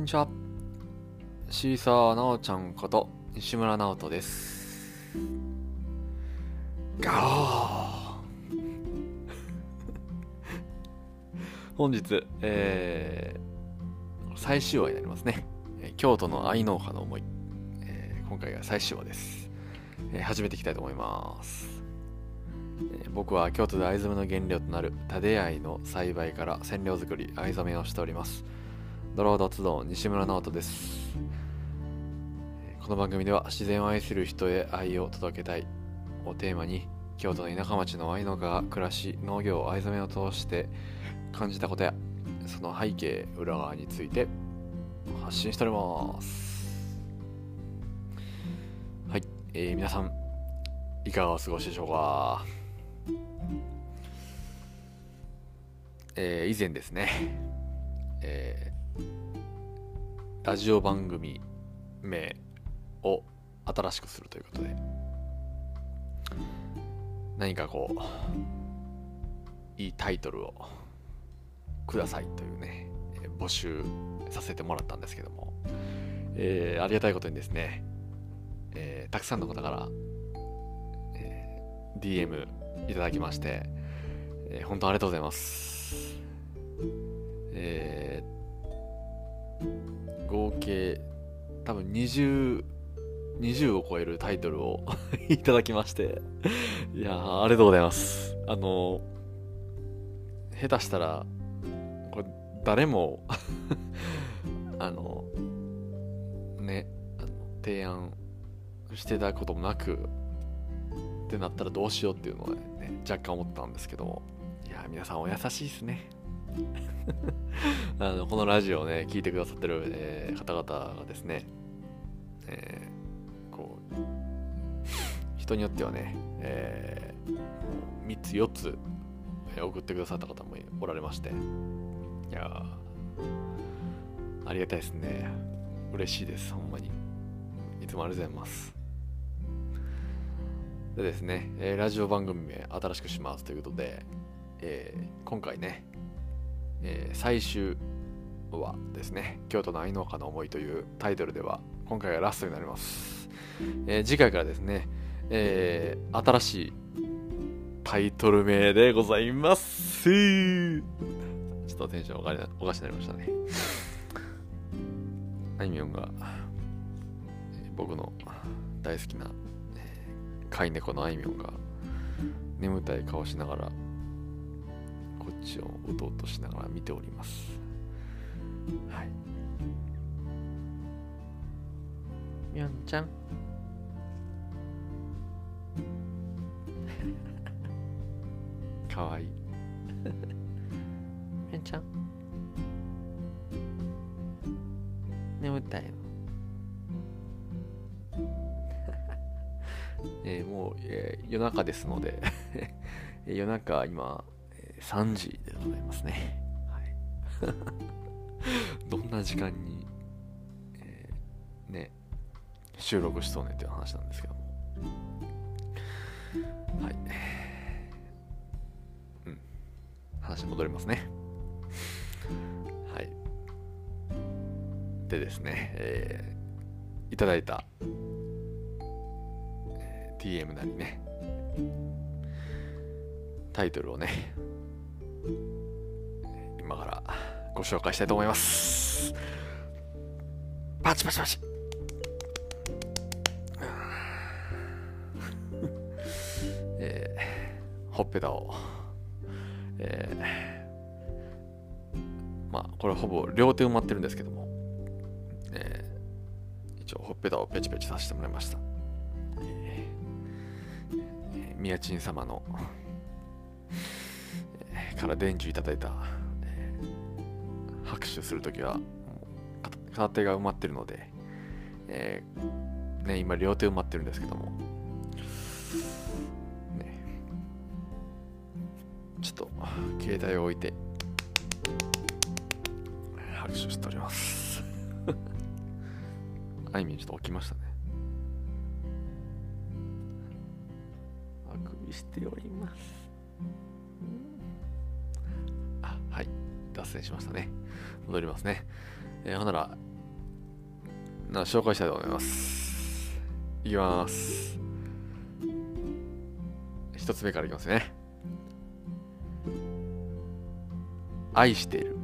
にちは。シーサーなおちゃんこと西村直人です。ガオー本日、最終話になりますね。京都の愛農家の思い、今回が最終話です。始めていきたいと思います。僕は京都で藍染めの原料となるタデアイの栽培から染料作り、藍染めをしております。ドロードツドン西村直人です。この番組では自然を愛する人へ愛を届けたいをテーマに、京都の田舎町の藍農家が暮らし、農業、藍染めを通して感じたことやその背景、裏側について発信しております。はい、皆さんいかがお過ごしでしょうか。以前ですね、ラジオ番組名を新しくするということで、何かこういいタイトルをくださいというね、募集させてもらったんですけども、ありがたいことにですね、たくさんの方から、DM いただきまして、本当ありがとうございます。合計多分20を超えるタイトルをいただきまして、いやー、ありがとうございます。下手したらこれ誰もね、提案していただくこともなくってなったらどうしようっていうのはね、若干思ったんですけども、いやー、皆さんお優しいですね。このラジオをね聞いてくださってる、方々がですね、こう人によってはね、3つ4つ送ってくださった方もおられまして、いやありがたいですね。嬉しいです、ほんまに。いつもありがとうございます。でですね、ラジオ番組名新しくしますということで、今回ね、最終話ですね、京都の愛農家の思いというタイトルでは今回がラストになります。次回からですね、新しいタイトル名でございます。ちょっとテンションおかしになりましたね。あいみょんが、僕の大好きな飼い猫のあいみょんが眠たい顔しながらこっちをうとうとしながら見ております。はい。みょんちゃん。かわいい。みょんちゃん。眠たいの。もう、夜中ですので夜中今、3時でございますね。はい、どんな時間に、ね、収録しそうねっていう話なんですけども、はい、話戻りますね。はい。でですね、いただいたDM なりね、タイトルをね、今からご紹介したいと思います。パチパチパチ。ほっぺたを、まあこれほぼ両手埋まってるんですけども、一応ほっぺたをペチペチさせてもらいました。宮鎮様の、から伝授いただいた、拍手するときは片手が埋まってるので、ね、今両手埋まってるんですけども、ね、ちょっと携帯を置いて拍手しております。あいみんちょっと起きましたね。あくびしております。はい、脱線しましたね。戻りますね。ほんなら、 紹介したいと思います。いきます。一つ目からいきますね。愛してる。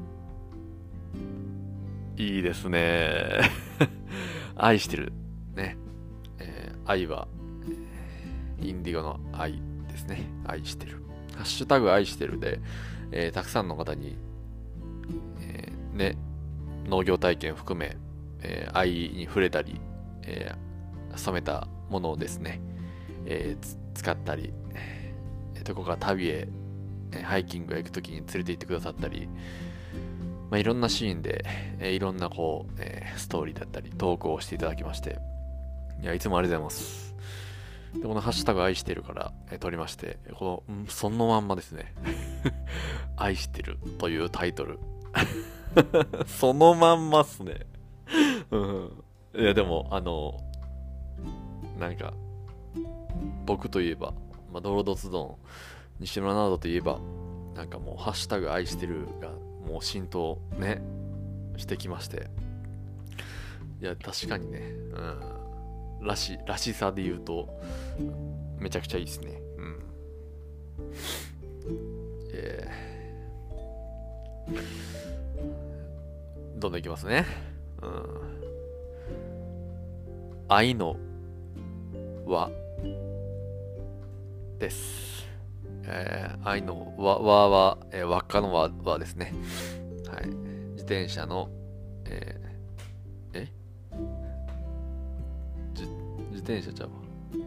いいですね。愛してる。ね。愛は、インディゴの愛ですね。愛してる。ハッシュタグ愛してるで、たくさんの方に、ね、農業体験含め、愛に触れたり、染めたものをですね、使ったり、どこか旅へ、ハイキングへ行くときに連れて行ってくださったり、いろんなシーンで、いろんなこう、ストーリーだったり投稿をしていただきまして、いつもありがとうございます。でこのハッシュタグ愛してるから、撮りまして、そのまんまですね。愛してるというタイトル。そのまんまっすね。うん、いやでもなんか僕といえば、ドロドツドン西村直人といえばなんかもうハッシュタグ愛してるがもう浸透ねしてきまして、いや確かにね、らしさで言うとめちゃくちゃいいですね。どんどんいきますね。愛の輪です。愛の輪は、輪っかの輪ですね。はい。自転車の、自転車ちゃうわ。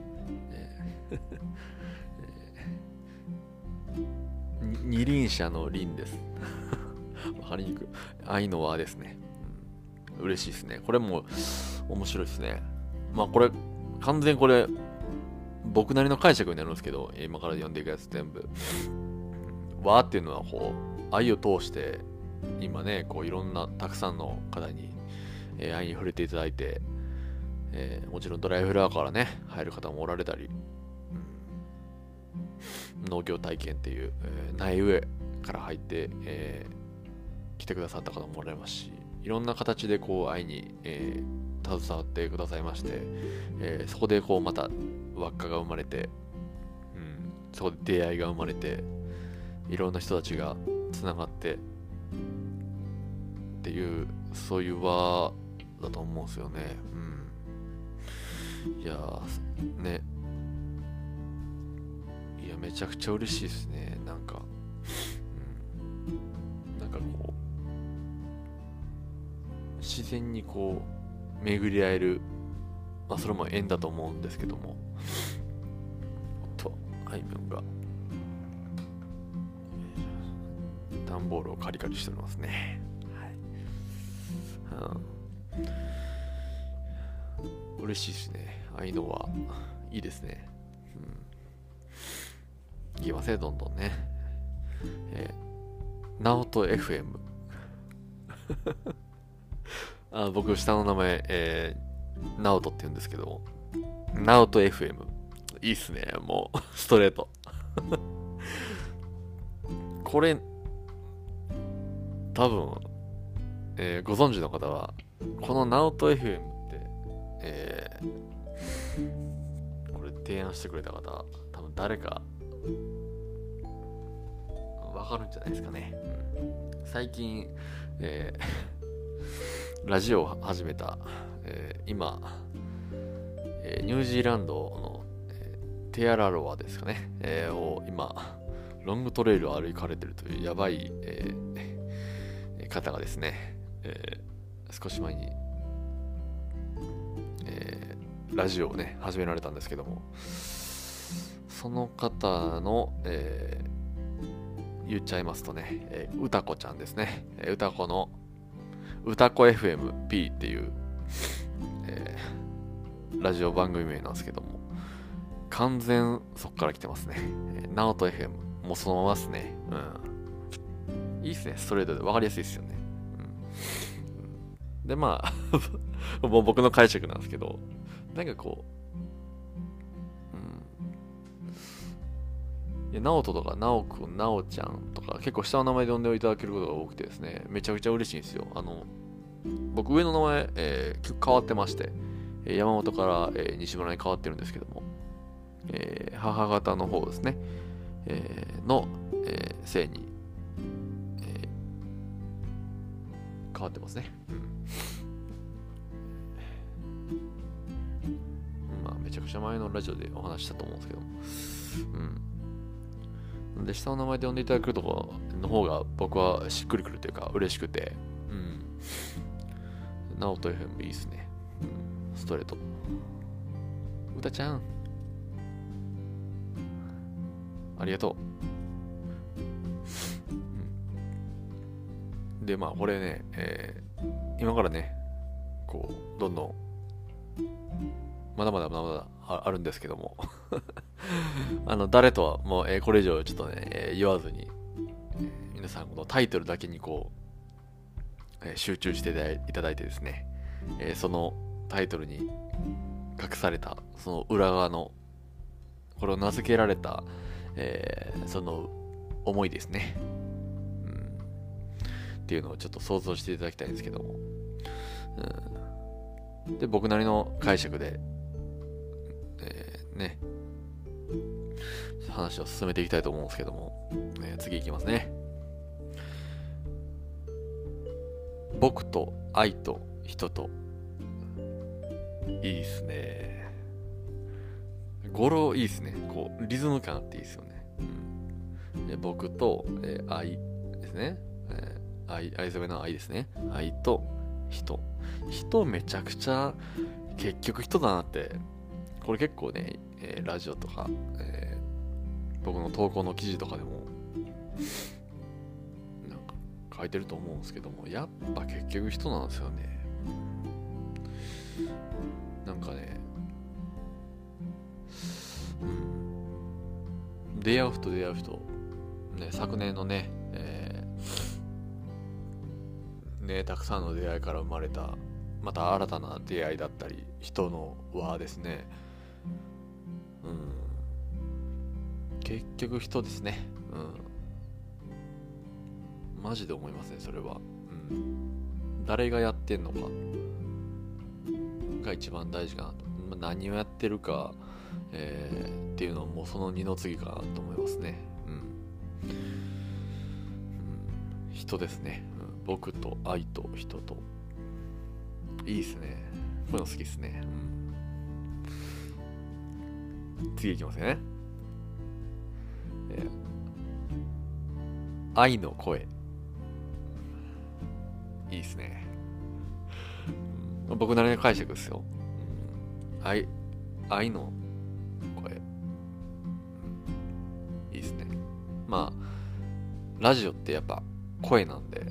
二輪車の輪です。わかりにくい。愛の輪ですね。嬉しいですね。これも面白いですね。これ、完全これ、僕なりの解釈になるんですけど、今から読んでいくやつ全部。輪っていうのはこう、愛を通して、今ね、こういろんなたくさんの方に、愛に触れていただいて、もちろんドライフラワーからね、入る方もおられたり、農業体験っていう、苗植えから入って、来てくださった方もおられますし、いろんな形でこう愛に、携わってくださいまして、そこでこうまた輪っかが生まれて、そこで出会いが生まれて、いろんな人たちがつながってっていうそういう輪だと思うんですよね。いやね、いやめちゃくちゃ嬉しいですね。なんかこう自然にこう巡り合える、それも縁だと思うんですけども、あいみょんが段ボールをカリカリしておりますね。嬉しいですね。ああいうのはいいですね。いきますね、どんどんね。ナオト FM。僕、下の名前、ナオトって言うんですけど、ナオト FM。いいっすね、もう、ストレート。これ、多分、ご存知の方は、このナオト FM って、これ提案してくれた方、多分誰か、わかるんじゃないですかね。最近、ラジオを始めた、今、ニュージーランドの、テアラロアですかね、を今、ロングトレイルを歩かれてるというやばい、方がですね、少し前に、ラジオをね始められたんですけども、その方の、言っちゃいますとね、うたこちゃんですね。うたこのうたこ FMP っていう、ラジオ番組名なんですけども、完全そっから来てますね。ナオト FM もうそのままですね。いいっすね、ストレートで分かりやすいですよね。でもう僕の解釈なんですけど、なんかこう、ナオトとかナオくん、ナオちゃんとか結構下の名前で呼んでいただけることが多くてですね、めちゃくちゃ嬉しいんですよ。 僕上の名前、結構変わってまして、山本から、西村に変わってるんですけども、母方の方ですね、の、姓に、変わってますね。まあめちゃくちゃ前のラジオでお話したと思うんですけども、で下の名前で呼んでいただくとこの方が僕はしっくりくるというか嬉しくて、ナオト FM いいっすね。ストレート。うたちゃん。ありがとう。で、まあ、これね、今からね、こう、どんどん、まだまだあるんですけども、誰とはもう、これ以上ちょっとね、言わずに、皆さん、このタイトルだけにこう、集中していただいてですね、そのタイトルに隠されたその裏側のこれを名付けられた、その思いですね、っていうのをちょっと想像していただきたいんですけども、で僕なりの解釈で、ね話を進めていきたいと思うんですけども、次いきますね。僕と愛と人といいっすね。語呂いいっすね。こうリズム感あっていいっすよね。で僕と、愛ですね。愛染めの愛ですね。愛と人。人めちゃくちゃ結局人だなって。これ結構ね、ラジオとか、僕の投稿の記事とかでもなんか書いてると思うんですけども、やっぱ結局人なんですよね。なんかね、出会う人、ね、昨年のね、たくさんの出会いから生まれた、また新たな出会いだったり、人の輪ですね。結局人ですね。マジで思いますね、それは。誰がやってんのかが一番大事かなと。何をやってるか、っていうのはもうその二の次かなと思いますね。人ですね。僕と愛と人と。いいですね。こういうの好きですね。次いきますね。愛の声。いいですね。僕なりの解釈ですよ。愛の声。いいですね。まあ、ラジオってやっぱ声なんで、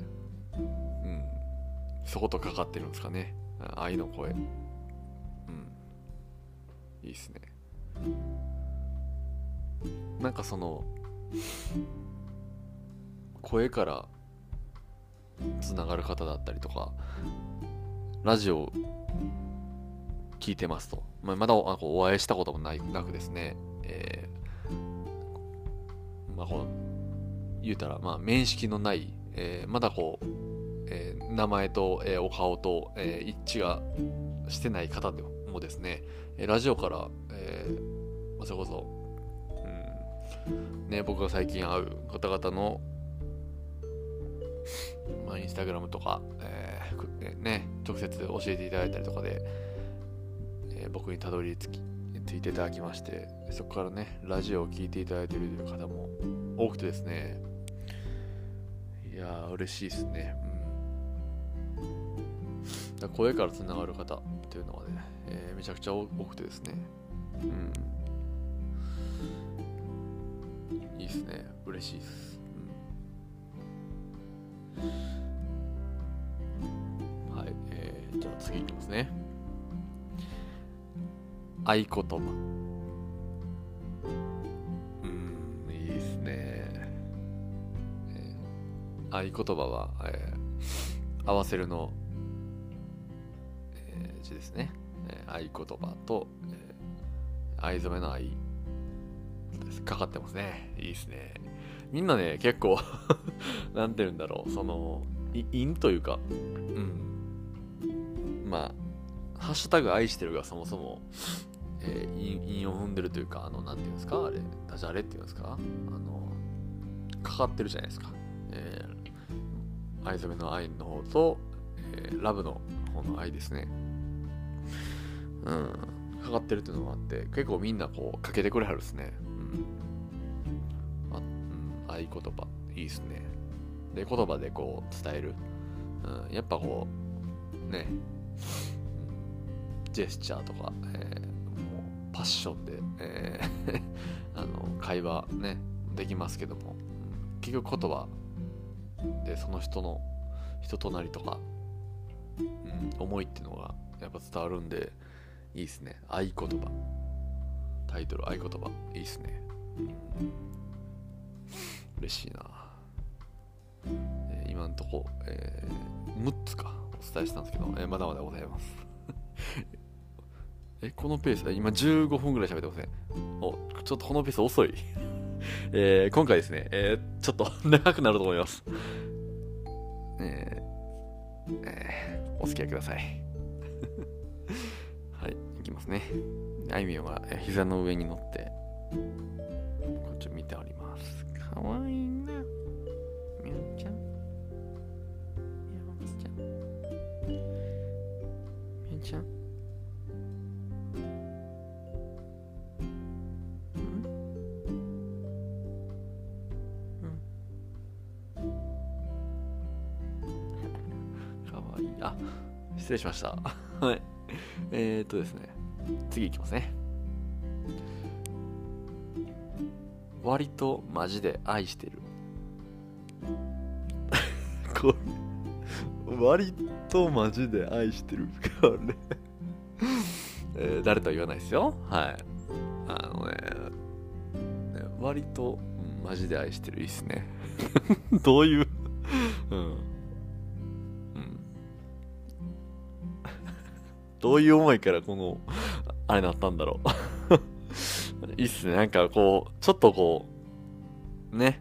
そことかかってるんですかね。愛の声。いいですね。なんかその、声からつながる方だったりとか、ラジオ聞いてますと、まだお会いしたこともなくですね、言うたら、面識のない、まだこう、名前と、お顔と、一致がしてない方でもですね、ラジオから、それこそ、僕が最近会う方々の、インスタグラムとか、直接教えていただいたりとかで、僕にたどり着いていただきまして、そこからね、ラジオを聞いていただいているという方も多くてですね、いやー嬉しいですね。声からつながる方っていうのはね、めちゃくちゃ多くてですね、いいですね。嬉しいです。はい、じゃあ次いきますね。合言葉。いいですね。合言葉は、合わせるの、字ですね。合言葉と、藍染めの藍かかってますね。いいですね。みんなね、結構なんて言うんだろう、その韻というか、 まあハッシュタグ愛してるがそもそも、韻を踏んでるというか、なんていうんですか、あれダジャレっていうんですか、かかってるじゃないですか。藍染めの愛の方と、ラブの方の愛ですね。かかってるっていうのがあって、結構みんなこうかけてくれはるですね。合言葉いいですね。で、言葉でこう伝える。やっぱこうね、ジェスチャーとか、もうパッションで、会話ねできますけども、結局言葉でその人の人となりとか、思いっていうのがやっぱ伝わるんでいいですね。合言葉、タイトル合言葉いいですね。嬉しいな。今んとこ、6つかお伝えしたんですけど、まだまだございますこのペース今15分ぐらい喋ってますね。ちょっとこのペース遅い今回ですね、ちょっと長くなると思います。お付き合いくださいはい、いきますね。あいみょんが膝の上に乗ってこっちを見ております。かわいいなみょんちゃん、みょんちゃん、みょんちゃん、失礼しました。はい。ですね。次いきますね。割とマジで愛してる。これ。割とマジで愛してる。これ。誰とは言わないですよ。はい。割と、マジで愛してる。いいっすね。どういうどういう思いからこのあれなったんだろういいっすね。なんかこうちょっとこうね、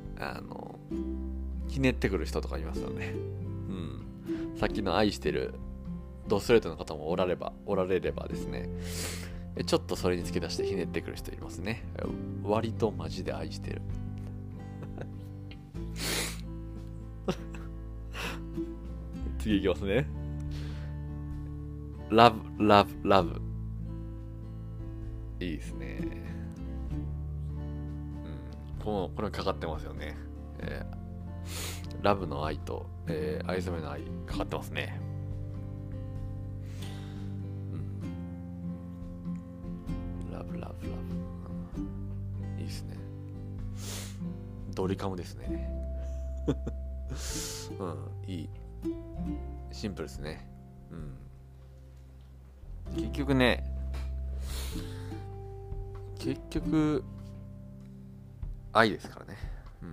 ひねってくる人とかいますよね。さっきの愛してるドストレートの方もおられればですね、ちょっとそれに付け出してひねってくる人いますね。割とマジで愛してる次いきますね。ラブラブラブ、いいですね。これかかってますよね。ラブの愛と、藍染めの愛かかってますね。ラブラブラブ、いいですね。ドリカムですねいい、シンプルですね。結局愛ですからね。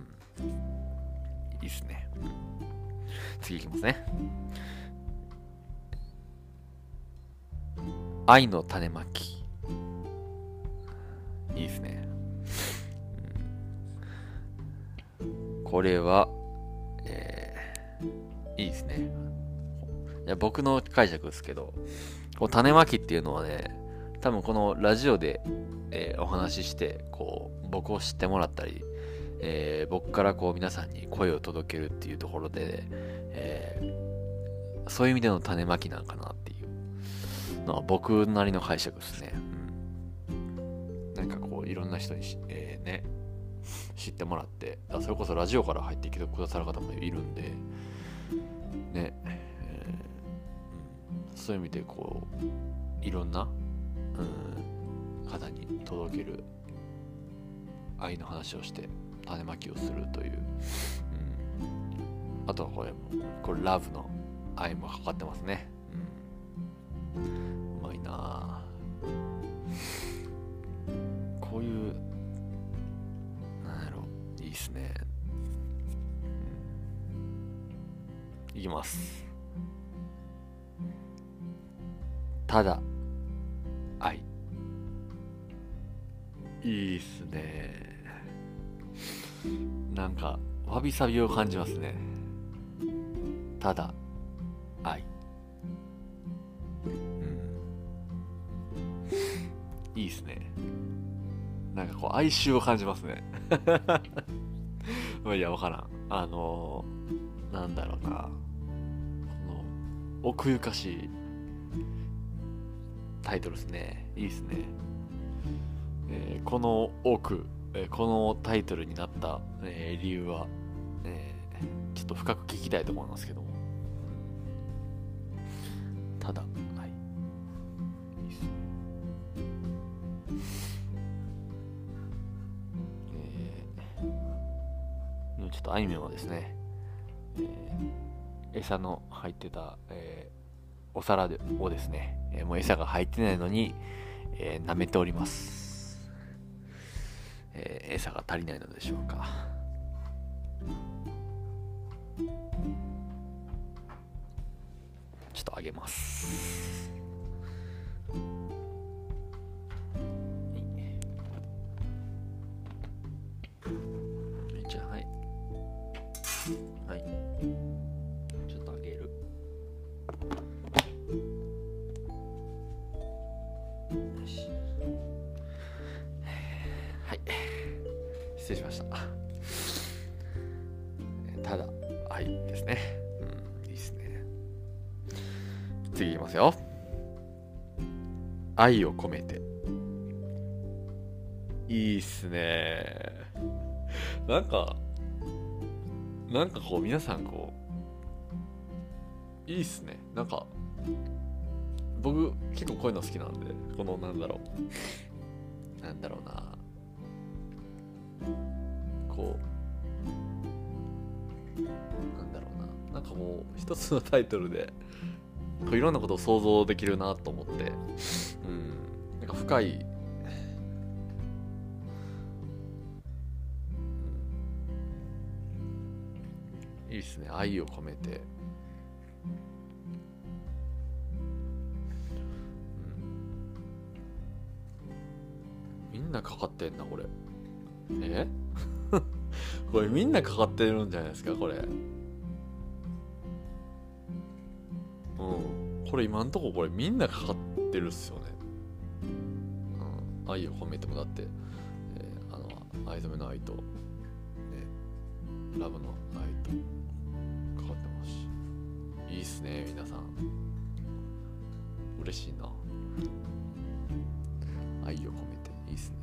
いいっすね。次いきますね。愛の種まき、いいっすね。これは、いいですね。いや、僕の解釈ですけど、こう種まきっていうのはね、多分このラジオで、お話ししてこう僕を知ってもらったり、僕からこう皆さんに声を届けるっていうところで、そういう意味での種まきなんかなっていうのは僕なりの解釈ですね。なんかこういろんな人にね、知ってもらって、それこそラジオから入ってきてくださる方もいるんでね、そういう意味でこういろんな方に届ける愛の話をして種まきをするという、あとはこれラブの愛もかかってますね。うまいなこういう、なんやろ、いいっすね。いきます。ただ愛、いいっすね。なんかわびさびを感じますね。ただ愛、 いいですね。なんかこう哀愁を感じますね。いや、わからん。なんだろうな。この奥ゆかしいタイトルですね。いいですね。このこのタイトルになった、理由は、ちょっと深く聞きたいと思いますけども。ただ、はい。いいっすね。ちょっとあいみょんはですね、餌の入ってた、お皿をですね、もう餌が入ってないのに、舐めております。餌が足りないのでしょうか。ちょっとあげます。じゃあ、はい。はい。ちょっとあげる。よし。はい。失礼しました。ただ、愛ですね。いいですね。次いきますよ。愛を込めて。いいっすね。なんかこう皆さんこういいっすね。なんか僕結構こういうの好きなんで、このなんだろうな、こうなんだろうな、なんかもう一つのタイトルでこういろんなことを想像できるなと思って、なんか深い、いいっすね。愛を込めて。みんなかかってんなこれ。これみんなかかってるんじゃないですかこれ。これ今んとここれみんなかかってるっすよね。愛を込めてもだって、藍染めの愛と、ね、ラブの愛とかかってますし、いいっすね皆さん。嬉しいな。愛を込めていいっすね。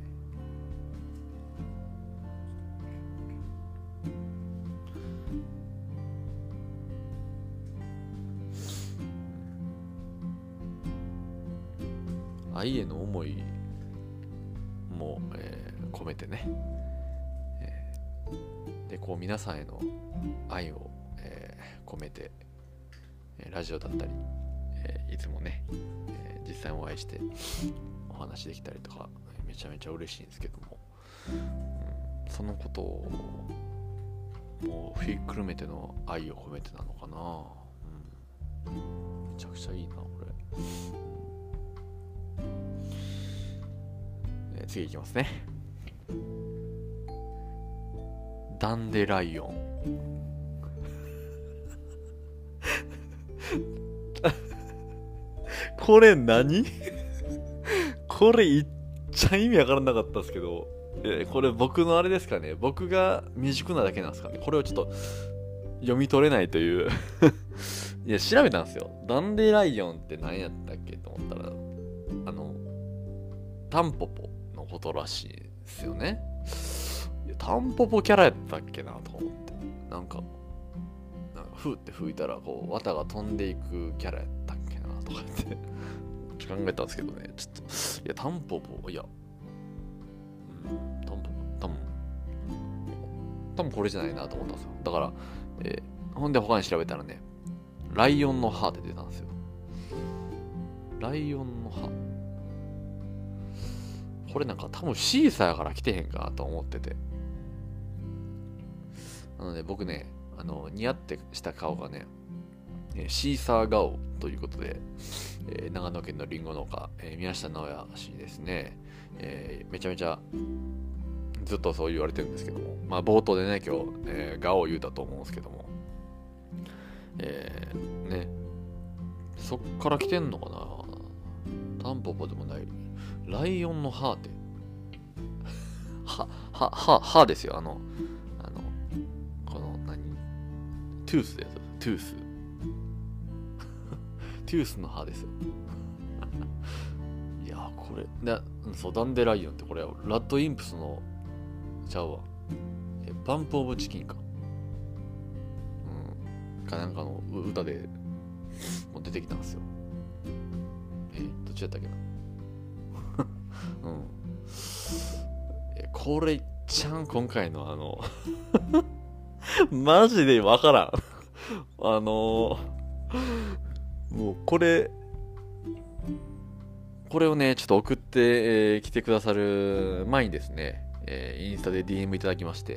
愛への思いも、込めてね、でこう皆さんへの愛を、込めて、ラジオだったり、いつもね、実際お会いしてお話できたりとかめちゃめちゃ嬉しいんですけども、そのことをもうひっくるめての愛を込めてなのかな。めちゃくちゃいいなこれ。次いきますね。ダンデライオン。これ何？これいっちゃ意味わからなかったですけど、これ僕のあれですかね。僕が未熟なだけなんですかね。これをちょっと読み取れないといういや調べたんですよ。ダンデライオンって何やったっけと思ったら、タンポポのことらしいですよね。いやタンポポキャラやったっけなと思って、なんかフーって吹いたらこう綿が飛んでいくキャラやったっけなとかって考えたんですけどね。ちょっといやタンポポ、いや、タンポポ多分これじゃないなと思ったんですよ。だから、ほんで他に調べたらね、ライオンの歯って出たんですよ。ライオンの歯、これなんか多分シーサーから来てへんかなと思ってて、なので僕ね、似合ってした顔がね、シーサー顔ということで、長野県のリンゴ農家、宮下直也氏にですね、めちゃめちゃずっとそう言われてるんですけども、まあ冒頭でね今日、顔を言うたと思うんですけども、ね、そっから来てんのかな。タンポポでもないライオンの歯って、歯ですよ。この、トゥースです。トゥース。トゥースの歯ですよ。いや、これ、そう、ダンデライオンってこれ、ラッドインプスの、ちゃうわ。バンプオブチキンか。かなんかの歌でもう出てきたんですよ。どっちやったっけな。これちゃん今回のマジでわからん。もうこれをね、ちょっと送ってきてくださる前にですね、インスタで DM いただきまして、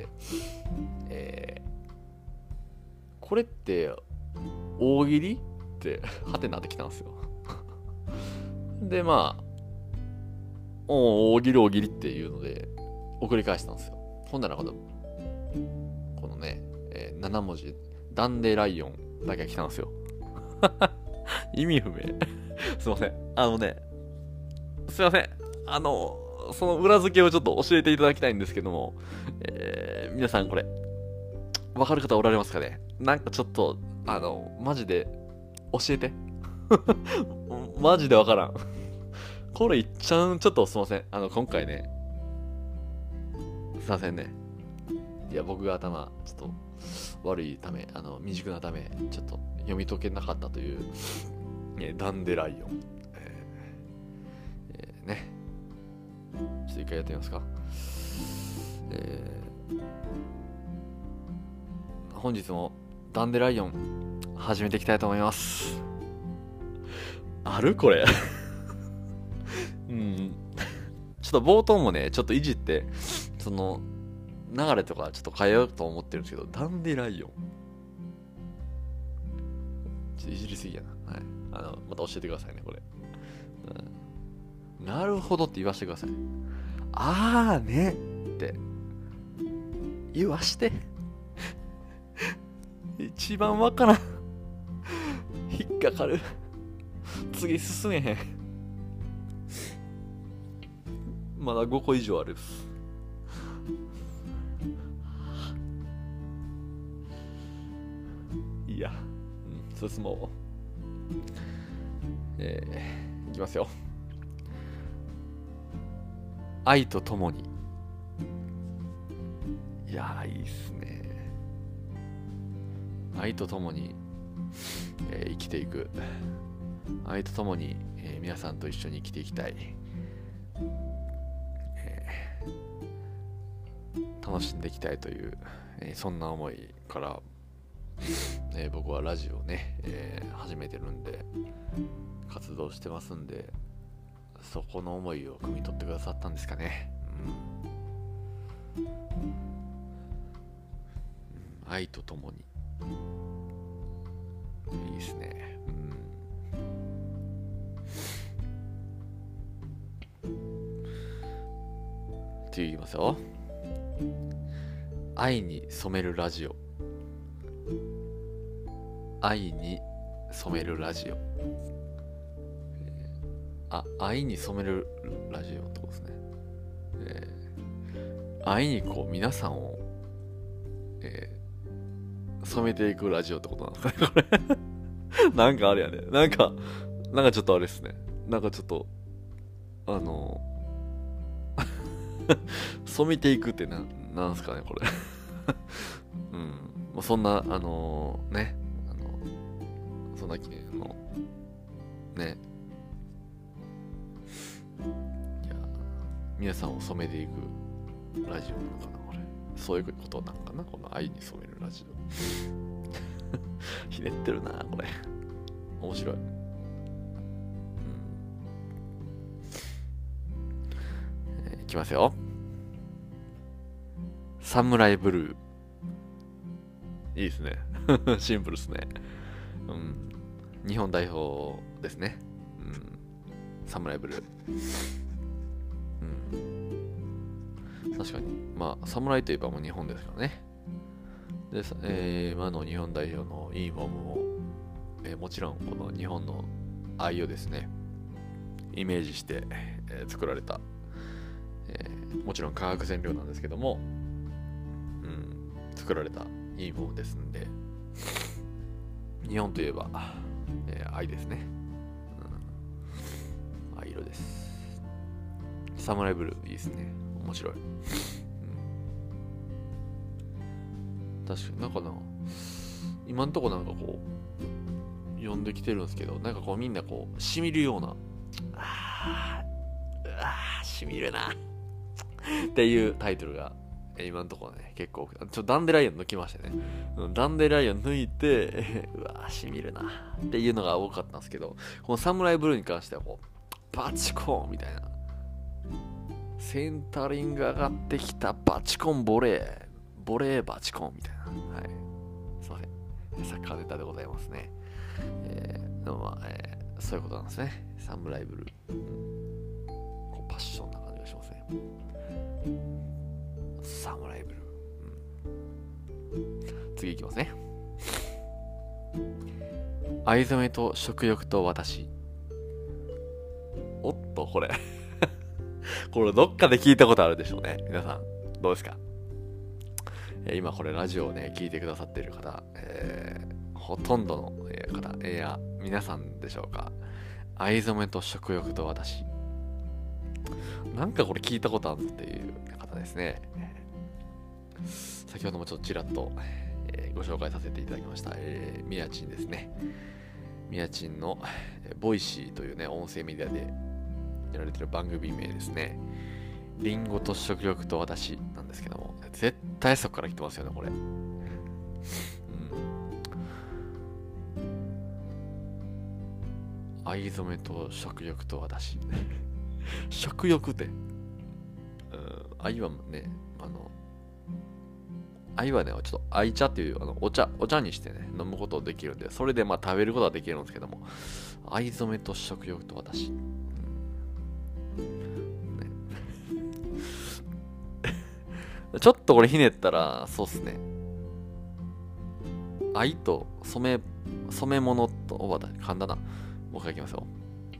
これって大喜利ってはてなってきたんですよ。で、まあ、大喜利っていうので送り返したんですよ。ほんならこのね、7文字、ダンデライオンだけが来たんですよ。意味不明。すいません。すいません。その裏付けをちょっと教えていただきたいんですけども、皆さんこれ、わかる方おられますかね。なんかちょっと、マジで、教えて。マジでわからん。これいっちゃん、ちょっとすいません。今回ね、すいませんね。いや、僕が頭、ちょっと悪いため、未熟なため、ちょっと読み解けなかったという、ダンデライオン。ね。ちょっと一回やってみますか。本日もダンデライオン始めていきたいと思います。あるこれ。ちょっと冒頭もね、ちょっといじって、その流れとかちょっと変えようと思ってるんですけど、ダンデライオン。ちょっといじりすぎやな。はい。また教えてくださいね、これ。なるほどって言わせてください。あーねって言わして。一番わからん。引っかかる。次進めへん。まだ5個以上ある。いや、進もう。いきますよ。愛とともに。いやー、いいっすね。愛とともに、生きていく。愛とともに、皆さんと一緒に生きていきたい。楽しんでいきたいという、そんな思いから、僕はラジオをね、始めてるんで活動してますんで、そこの思いを汲み取ってくださったんですかね。愛とともにいいですね。って言いますよ。愛に染めるラジオ。愛に染めるラジオ。愛に染めるラジオってことですね。愛にこう皆さんを、染めていくラジオってことなんですかね、これ。なんかあれやね。なんかちょっとあれですね。なんかちょっと、染めていくってなんすかね、これ。そんな、ね、そんな、ね、いや、皆さんを染めていくラジオなのかな、これ。そういうことなんかな、この愛に染めるラジオ。ひねってるな、これ。面白い。いきますよ。サムライブルー。いいですね。シンプルですね。日本代表ですね。サムライブルー。確かに。まあ、サムライといえばもう日本ですからね。で、今の日本代表のユニフォームも、もちろんこの日本の愛をですね、 イメージして、作られた、もちろん化学染料なんですけども、作られたいいものですんで、日本といえば、藍ですね、藍色です。サムライブルーいいですね、面白い、確かになんかな、今んとこなんかこう読んできてるんですけど、なんかこうみんなこうしみるような、しみるなっていうタイトルが今のところね結構ダンデライオン抜きましたね。ダンデライオン抜いてしみるなっていうのが多かったんですけど、このサムライブルーに関してはこうバチコーンみたいな、センタリング上がってきたバチコンボレーバチコンみたいな、はい、すいません、サッカーネタでございますね。そういうことなんですね。サムライブルー、こうパッションな感じがしますね。サムライブルー、次いきますね。藍染めと食欲と私。おっと、これこれどっかで聞いたことあるでしょうね。皆さんどうですか？今これラジオをね聞いてくださっている方、ほとんどの方、いや皆さんでしょうか。藍染めと食欲と私、なんかこれ聞いたことあるっていう方ですね。先ほどもちょっとちらっと、ご紹介させていただきました、みやちんですね。みやちんのボイシーというね音声メディアでやられてる番組名ですね。リンゴと食欲と私なんですけども、絶対そこから来てますよねこれ。藍染めと食欲と私食欲って、藍はね、藍はね、ちょっと藍茶っていうお茶にしてね、飲むことできるんで、それでまあ食べることはできるんですけども、藍染めと食欲と私。ちょっとこれひねったら、そうっすね。藍と染め物と、噛んだな。もう一回いきますよ。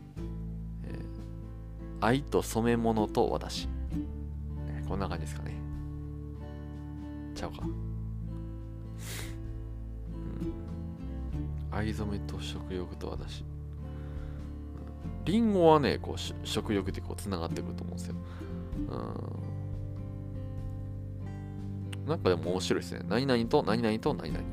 藍と染め物と私。こんな感じですかね。ちゃうか。藍染めと食欲と私。リンゴはね、こう食欲ってこう繋がってくると思うんですよ。なんかでも面白いですね。何々と何々と何々。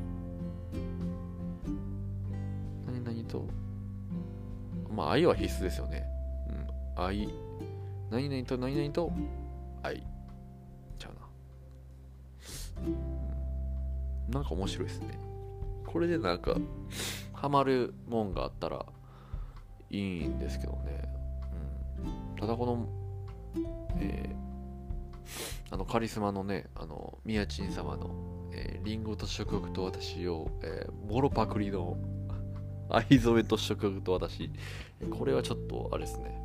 何々と、まあ愛は必須ですよね。愛。何々と何々と愛。ちゃうな。なんか面白いですね。これでなんかハマるもんがあったらいいんですけどね。ただこの、カリスマのね、みやちん様の、リンゴと食欲と私を、もろパクリの藍染めと食欲と私、これはちょっとあれですね、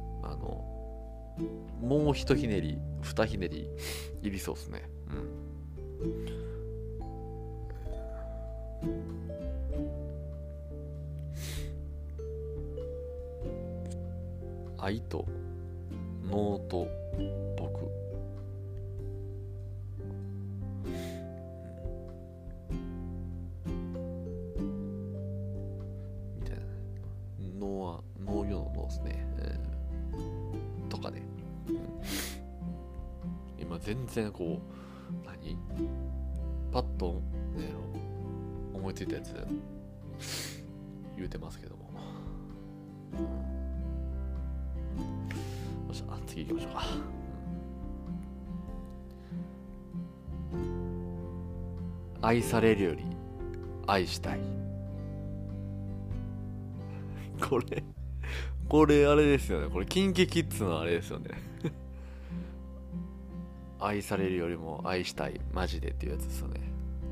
もう一ひねり二ひねりいりそうですね。愛と脳と僕、みたいな。脳は農業の脳ですね、とかね、今全然こうパッと、ね、思いついたやつ言うてますけども、よし、次行きましょうか。愛されるより愛したい。これあれですよね。これキンキキッズのあれですよね。愛されるよりも愛したいマジでっていうやつですよね。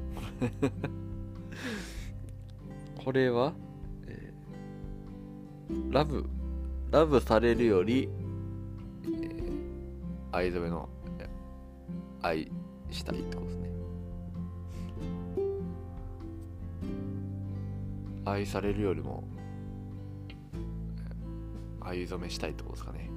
これは、ラブされるより、藍染めの愛したいってことですね。愛されるよりも藍染めしたいってことですかね。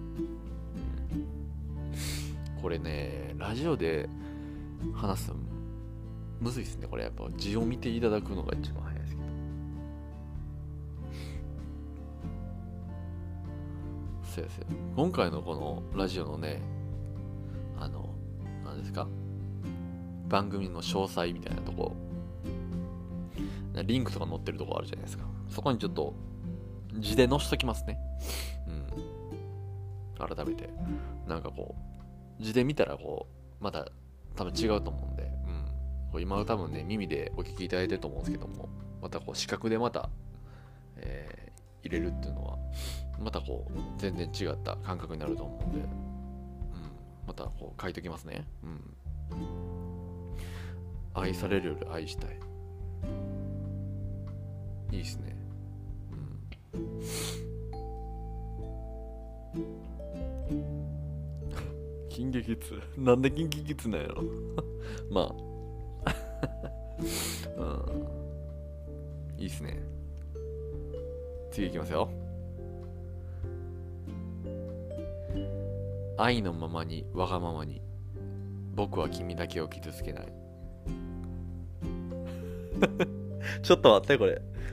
これね、ラジオで話すのむずいですね。これやっぱ字を見ていただくのが一番早いですけど。そうやそうや。今回のこのラジオのね、何ですか、番組の詳細みたいなとこ、リンクとか載ってるとこあるじゃないですか。そこにちょっと字で載しときますね。改めて。なんかこう、字で見たらこう、また多分違うと思うんで、今は多分ね、耳でお聞きいただいてると思うんですけども、またこう、視覚でまた、入れるっていうのは、またこう、全然違った感覚になると思うんで、またこう、書いておきますね。愛されるより愛したい。いいですね。キンキキッズなんでキンキキッズなんやろまあいいっすね。次いきますよ。愛のままにわがままに僕は君だけを傷つけないちょっと待って、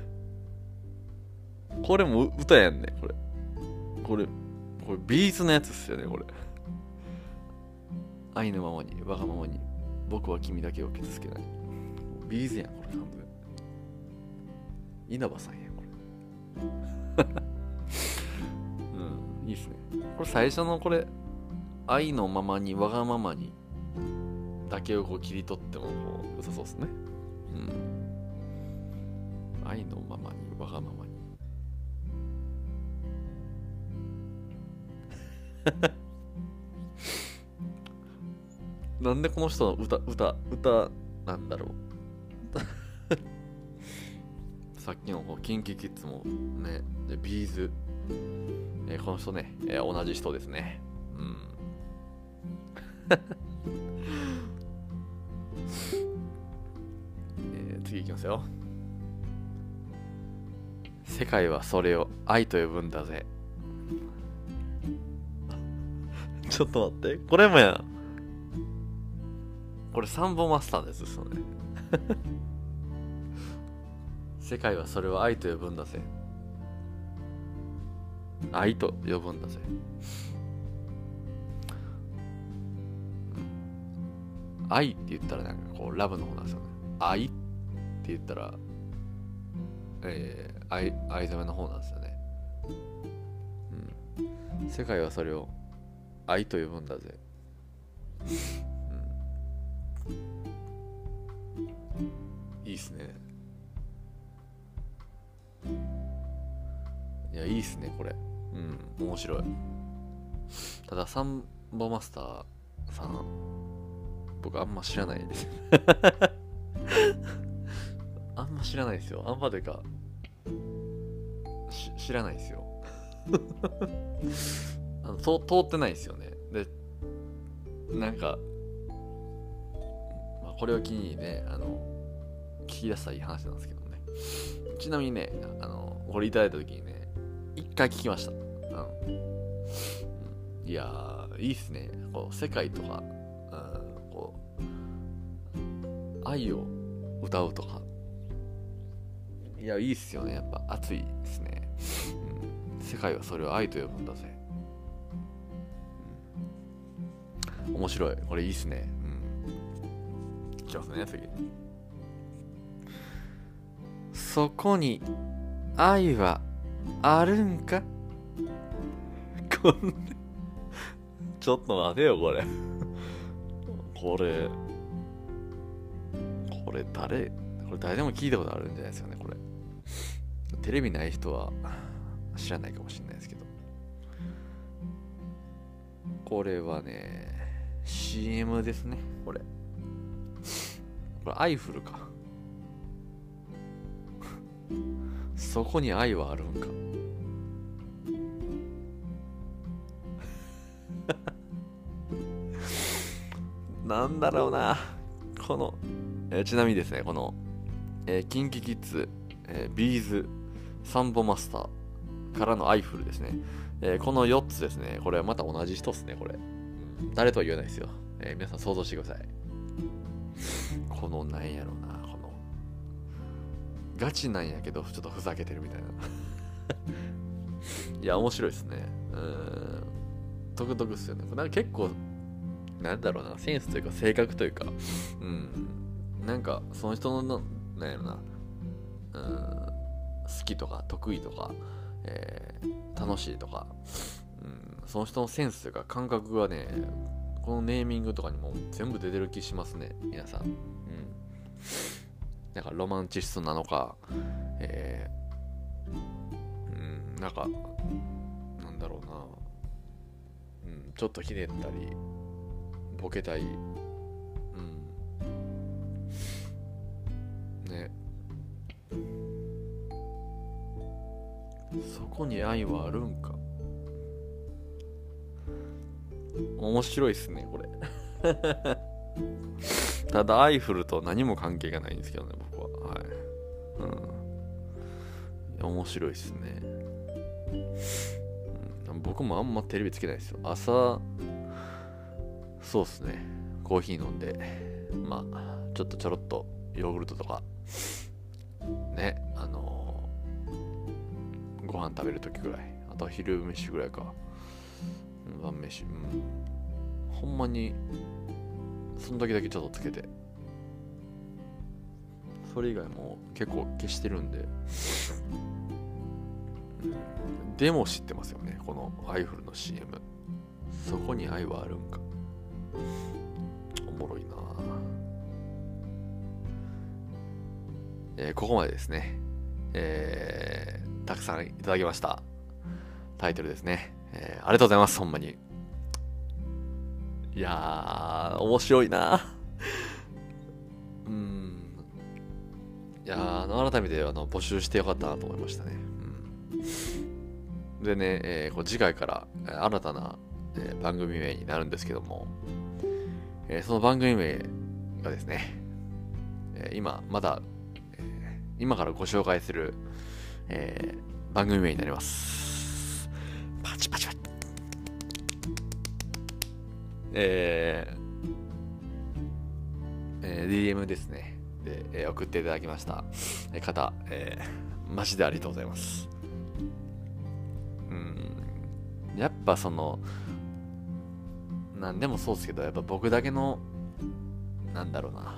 これも歌やんね。これビーズのやつっすよね。これ愛のままにわがままに僕は君だけを傷つけない。ビーズやん、これ完全。稲葉さんやん、これいいっすね。これ最初のこれ、愛のままにわがままにだけをこう切り取ってもこう良さそうっすね。愛のままにわがままになんでこの人の歌なんだろうさっきのキンキキッズもね、でビーズ、この人ね、同じ人ですね。次いきますよ。世界はそれを愛と呼ぶんだぜ。ちょっと待って、これもやん。これサンボマスターですよね世界はそれを愛と呼ぶんだぜ。愛と呼ぶんだぜ。愛って言ったらなんかこうラブの方なんですよね。愛って言ったら愛染めの方なんですよね。世界はそれを愛と呼ぶんだぜ。いいっすね。いや、いいっすね、これ。面白い。ただ、サンボマスターさん、僕あんま知らないです。あんま知らないですよ。あんまというか、知らないですよ。通ってないですよね。で、なんか、これを機にね、聞き出したらいい話なんですけどね。ちなみにね、これいただいた時にね、一回聞きました。いやー、いいっすね。こう世界とか、こう愛を歌うとか。いや、いいっすよね。やっぱ熱いですね。世界はそれを愛と呼ぶんだぜ。面白い。これいいっすね。いきますね、次。そこに愛はあるんかこれちょっと待てよ、これ誰でも聞いたことあるんじゃないですよね。これテレビない人は知らないかもしれないですけど、これはね CM ですね。これアイフルかそこに愛はあるんかなんだろうな。この、ちなみにですね、この、キンキキッズ、ビーズ、サンボマスターからのアイフルですね。 この4つですね。これはまた同じ人ですね、これ。誰とは言えないですよ。皆さん想像してください。このなんやろうな、このガチなんやけどちょっとふざけてるみたいな。いや面白いですね。独特っすよね。なんか結構なんだろうな、センスというか性格というか、なんかその人のなんやろな、好きとか得意とか、楽しいとか、その人のセンスというか感覚がね、このネーミングとかにも全部出てる気しますね、皆さん。なんかロマンチストなのか、なんかなんだろうな、ちょっとひねったりボケたい、ね、そこに愛はあるんか。面白いっすねこれ。ただアイフルと何も関係がないんですけどね、僕は。はい。面白いっすね。僕もあんまテレビつけないですよ。朝、そうっすね。コーヒー飲んで、まあ、ちょろっとヨーグルトとか、ね、ご飯食べるときぐらい。あとは昼飯ぐらいか。晩飯。ほんまに、その時だけちょっとつけて。それ以外も結構消してるんで。でも知ってますよね、このアイフルの CM。 そこに愛はあるんか。おもろいな。ここまでですね、たくさんいただきました。タイトルですね、ありがとうございます。ほんまにいやー面白いな。いやー改めて募集してよかったなと思いましたね。でね、次回から新たな、番組名になるんですけども、その番組名がですね、今からご紹介する、番組名になります。パチパチパチ。DM ですね。で、送っていただきました方、マジでありがとうございます。やっぱなんでもそうですけど、やっぱ僕だけのなんだろうな、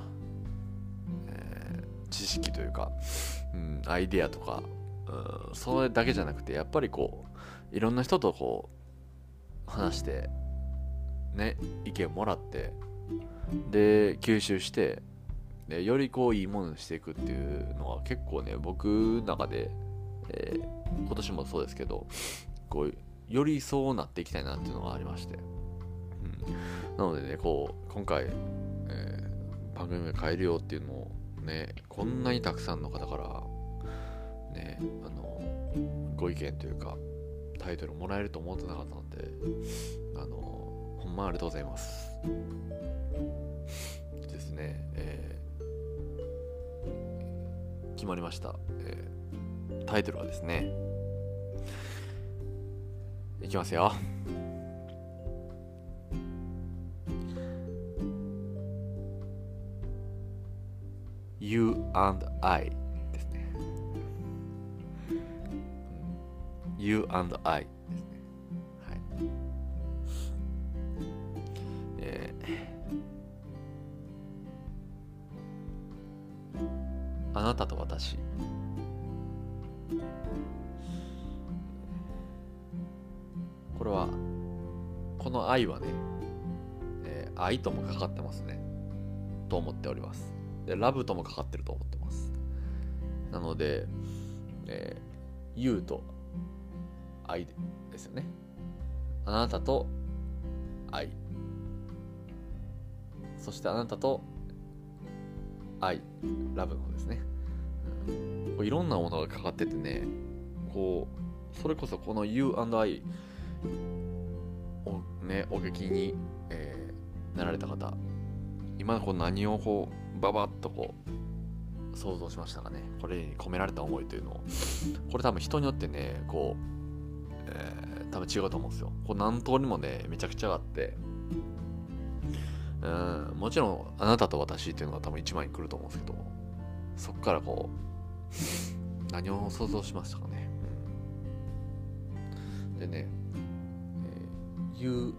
知識というか、アイデアとか、それだけじゃなくて、やっぱりこういろんな人とこう話してね、意見をもらってで吸収してでよりこういいものにしていくっていうのは結構ね、僕の中で、今年もそうですけど、こうよりそうなっていきたいなっていうのがありまして、なのでね、こう今回、番組を変えるよっていうのをね、こんなにたくさんの方からね、ご意見というかタイトルもらえると思ってなかったので、ほんまありがとうございますですね。決まりました。タイトルはですね、いきますよ。You and I ですね。You and I ですね。はい。あなたと私。これは、この愛はね、愛ともかかってますね。と思っております。で、ラブともかかってると思ってます。なので、You と愛ですよね。あなたと愛。そしてあなたと愛、ラブの方ですね。いろんなものがかかっててね、こう、それこそこの You and I をね、お聞きに、なられた方、今こう何をこうババッとこう想像しましたかね。これに込められた思いというのを、これ多分人によってね、こう、 多分違うと思うんですよ。こう何通りもね、めちゃくちゃあって、もちろんあなたと私っていうのが多分一番に来ると思うんですけど、そこからこう何を想像しましたかね。でね、You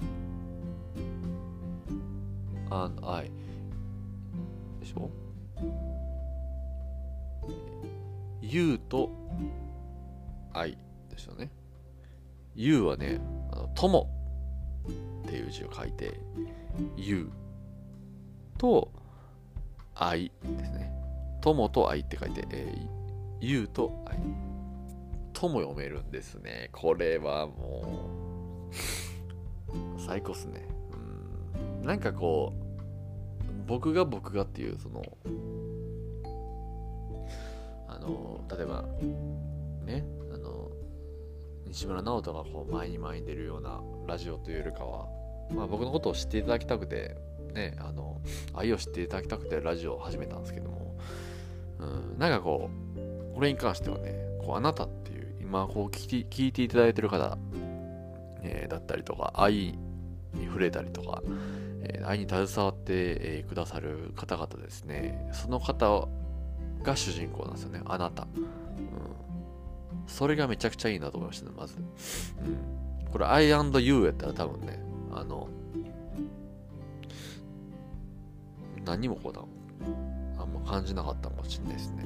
and I でしょ。You と I ですよね。You はね、友っていう字を書いて You と I ですね。友と I って書いて、You と I 友読めるんですね。これはもう最高っすね。なんかこう僕がっていうその例えばね、西村直人がこう前に出るようなラジオというよりかは、僕のことを知っていただきたくてね、愛を知っていただきたくてラジオを始めたんですけども、なんかこうこれに関してはね、こうあなたっていう今こう聞いていただいてる方、だったりとか、愛に触れたりとか、愛に携わって、くださる方々ですね、その方が主人公なんですよね、あなた。それがめちゃくちゃいいなと思いましたね、まず。これ I and you やったら多分ね、何にもこうだあんま感じなかったかもしれないですね。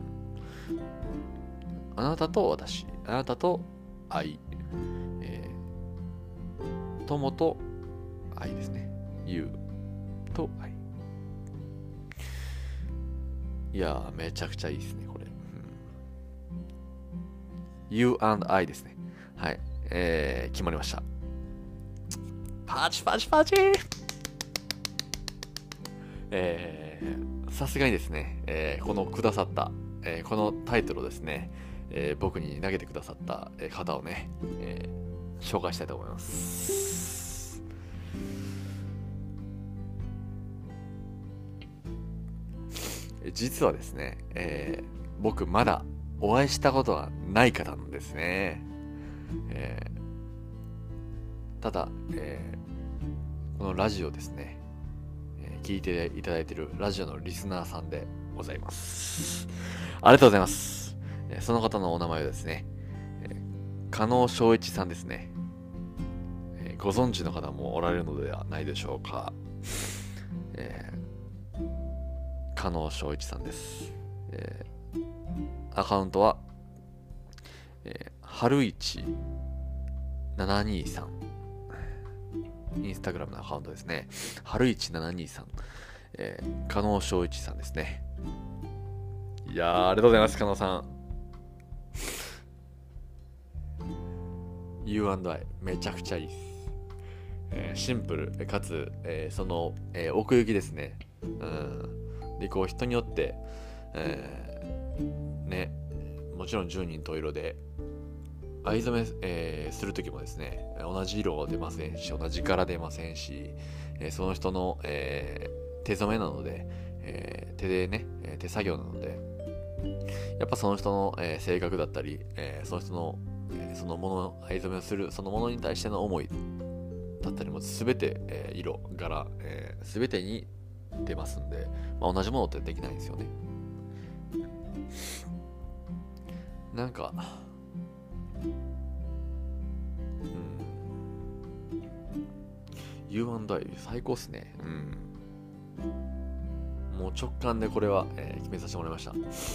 あなたと私、あなたと愛、友と愛ですね。You と愛。いやー、めちゃくちゃいいですね、これ。You and I ですね。はい。決まりました。パチパチパチさすがにですね、このくださった、このタイトルをですね、僕に投げてくださった方をね、紹介したいと思います。実はですね、僕まだお会いしたことはない方なんですね。ただ、このラジオですね、聞いていただいているラジオのリスナーさんでございます。ありがとうございます。その方のお名前はですね、加納翔一さんですね。ご存知の方もおられるのではないでしょうか。加納翔一さんです。アカウントは、春一723、インスタグラムのアカウントですね。春一723、加納翔一さんですね。いやー、ありがとうございます、加納さん。You and I、めちゃくちゃいいです。シンプルかつ、その、奥行きですね。でこう人によって、ね、もちろん10人十色で藍染め、するときもですね、同じ色出ませんし、同じ柄出ませんし、その人の、手染めなので、手でね、手作業なので、やっぱその人の、性格だったり、その人の、そのもの、藍染めをするそのものに対しての思いだったりも全て、色、柄、全てに出ますんで、同じものってできないんですよね。なんか、You and I 最高っすね。もう直感でこれは、決めさせてもらいました。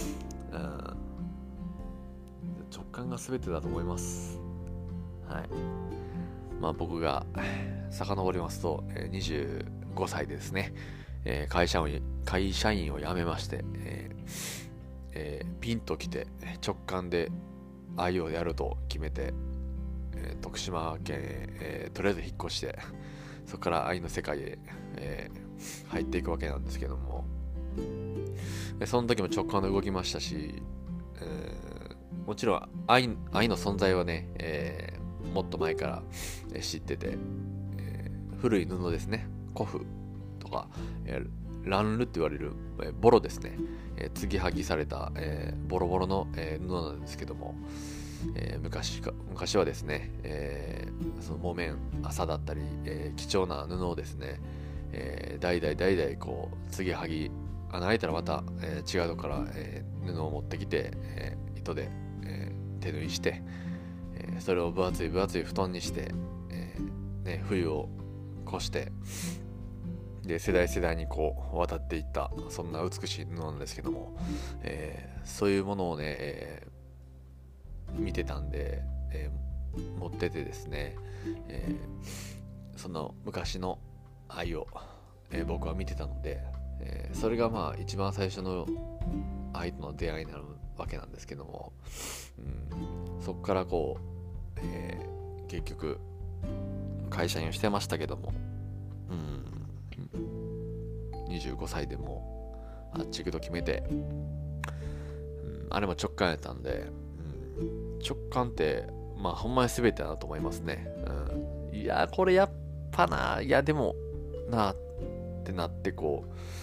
直感が全てだと思います。はい。僕が遡りますと、25歳でですね、会社員を辞めまして、ピンときて直感で愛をやると決めて、徳島県へ、とりあえず引っ越して、そこから愛の世界へ、入っていくわけなんですけども、その時も直感で動きましたし、もちろん愛の存在はね、もっと前から知ってて、古い布ですね、古布とか、ランルって言われる、ボロですね、継ぎはぎされた、ボロボロの、布なんですけども、 昔はですね、その木綿麻だったり、貴重な布をですね、代々こう継ぎはぎ穴開いたらまた、違うとこから、布を持ってきて、糸で、手縫いして、それを分厚い布団にして、冬を越してで世代にこう渡っていったそんな美しい布なんですけども、そういうものをね、見てたんで、持っててですね、その昔の愛を、僕は見てたので、それがまあ一番最初の愛との出会いになるわけなんですけども、そこからこう、結局会社員をしてましたけども、25歳でもあっち行くと決めて、あれも直感やったんで、直感ってまあほんまに全てだなと思いますね。いやこれやっぱないやでもなってなってこ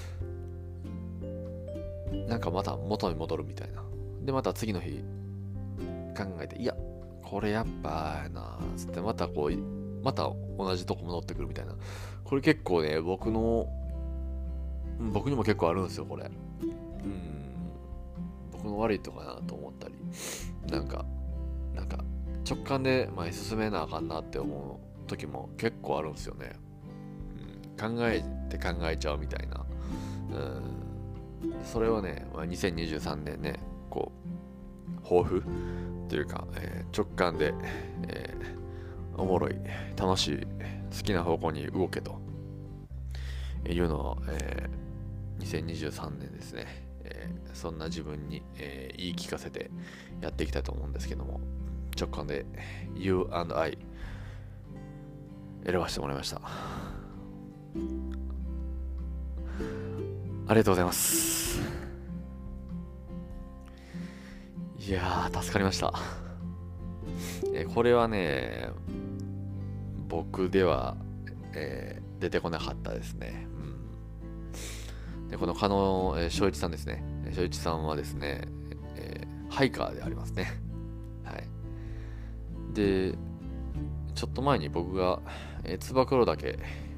うなんかまた元に戻るみたいな。でまた次の日考えていやこれやっぱやなつってまた同じとこ戻ってくるみたいな。これ結構ね僕にも結構あるんですよこれ。僕の悪いとかなと思ったり、なんか直感で前に進めなあかんなって思う時も結構あるんですよね。考えちゃうみたいな。それはね、2023年ねこう抱負というか、直感で、おもろい楽しい好きな方向に動けというのを、2023年ですね、そんな自分に、言い聞かせてやっていきたいと思うんですけども、直感で You and I 選ばせてもらいました。ありがとうございます。いやー助かりました。これはね僕では、出てこなかったですね。でこの加納翔一さんですね。翔一さんはですね、ハイカーでありますね。はい。でちょっと前に僕が、つば九郎岳、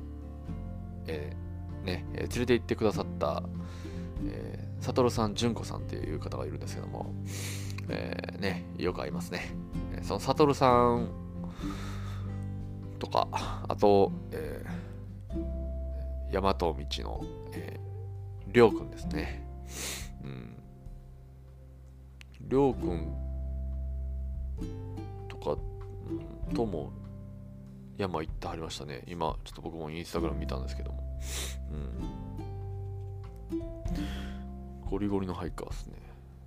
連れて行ってくださった、サトルさん、純子さんっていう方がいるんですけども、よく会いますね。そのサトルさんとか、あと、大和道の、りょうくんですね。りょうくんとか、とも山行ってはりましたね。今ちょっと僕もインスタグラム見たんですけども、ゴリゴリのハイカーですね。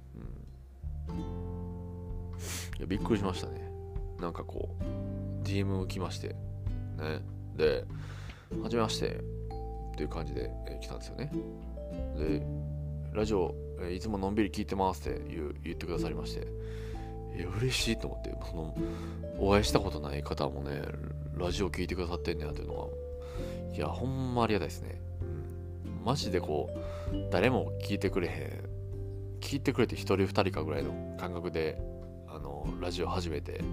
いやびっくりしましたね。なんかこう DM 来ましてね、ではじめましてっていう感じで、来たんですよね。でラジオ、いつものんびり聞いてますって言ってくださりまして、嬉しいと思って、そのお会いしたことない方もねラジオ聞いてくださってんねやというのは、いやほんまありがたいですね。マジでこう誰も聞いてくれて一人二人かぐらいの感覚でラジオ始めて、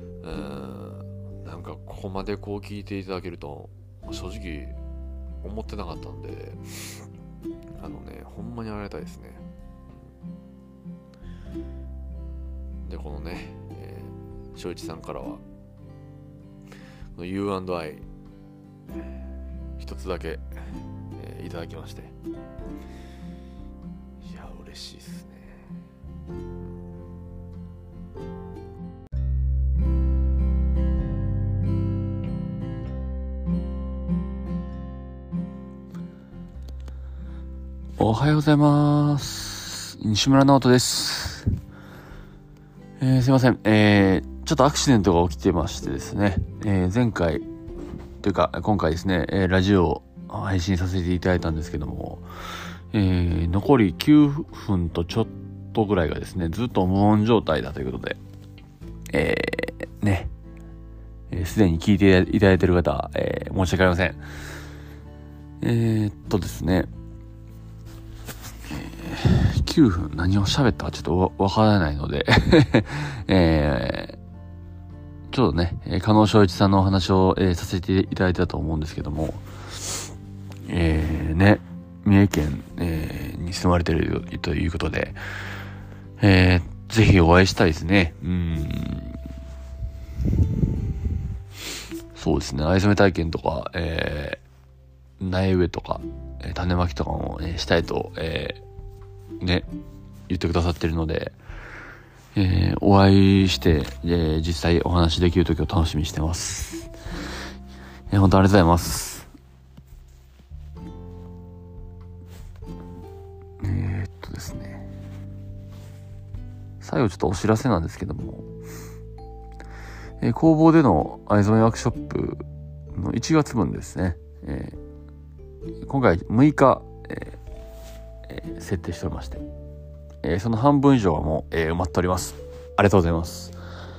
なんかここまでこう聞いていただけると正直思ってなかったんで、ほんまにありがたいですね。でこのね、翔一さんからはこの You and I 一つだけ、いただきまして、いや嬉しいですね。おはようございます。西村直人です。すいません。ちょっとアクシデントが起きてましてですね、前回というか今回ですね、ラジオを配信させていただいたんですけども、残り9分とちょっとぐらいがですね、ずっと無音状態だということで、すでに聞いていただいている方、申し訳ありません。ですね、9 9分何を喋ったかちょっとわからないので、ちょっとね、加納翔一さんのお話を、させていただいたと思うんですけども、ね、三重県、に住まれているということで、ぜひお会いしたいですね。そうですね、藍染め体験とか、苗植えとか、種まきとかも、したいと、ね、言ってくださってるので、お会いして、実際お話できる時を楽しみにしてます。本当ありがとうございます。ですね、最後ちょっとお知らせなんですけども、工房での藍染めワークショップの1月分ですね、今回6日、設定しておりまして、その半分以上はもう、埋まっております。ありがとうございます。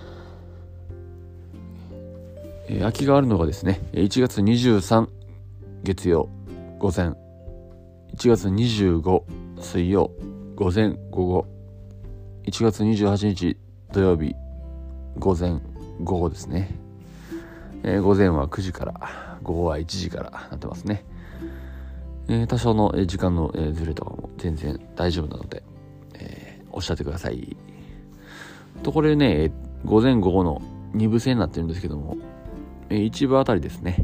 空きがあるのがですね、1月23月曜午前、1月25水曜午前午後、1月28日土曜日午前午後ですね。午前は9時から午後は1時からなってますね。多少の時間のずれとかも全然大丈夫なので、おっしゃってください。ところでね、午前午後の2部制になってるんですけども、1部あたりですね、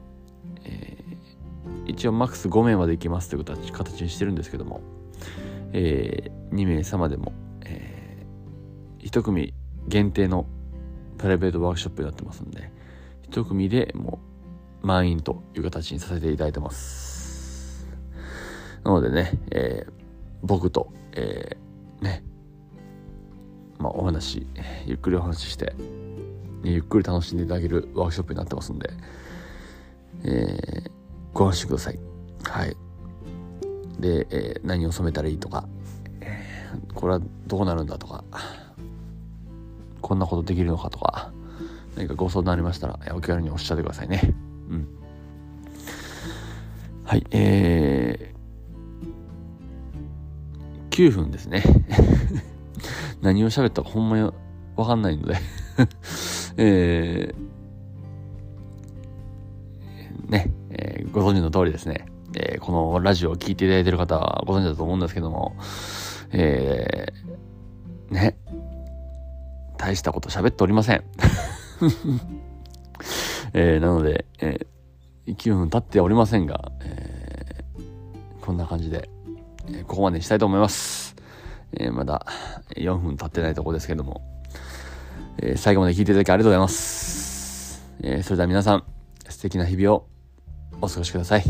一応マックス5名まで行きますという形にしてるんですけども、2名様でも、1組限定のプライベートワークショップになってますんで、1組でもう満員という形にさせていただいてます。なのでね、僕と、ね、お話、ゆっくりお話しして、ゆっくり楽しんでいただけるワークショップになってますんで、ご安心ください。はい。で、何を染めたらいいとか、これはどうなるんだとか、こんなことできるのかとか、何かご相談ありましたら、お気軽におっしゃってくださいね。はい、9分ですね。何を喋ったかほんまにわかんないので、ご存知の通りですね、このラジオを聞いていただいている方はご存知だと思うんですけども、大したこと喋っておりません。なので、9分経っておりませんが、こんな感じで、ここまでにしたいと思います。まだ4分経ってないところですけども、最後まで聞いていただきありがとうございます。それでは皆さん、素敵な日々をお過ごしください。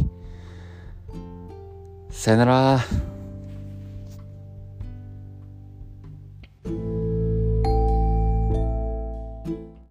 さよなら。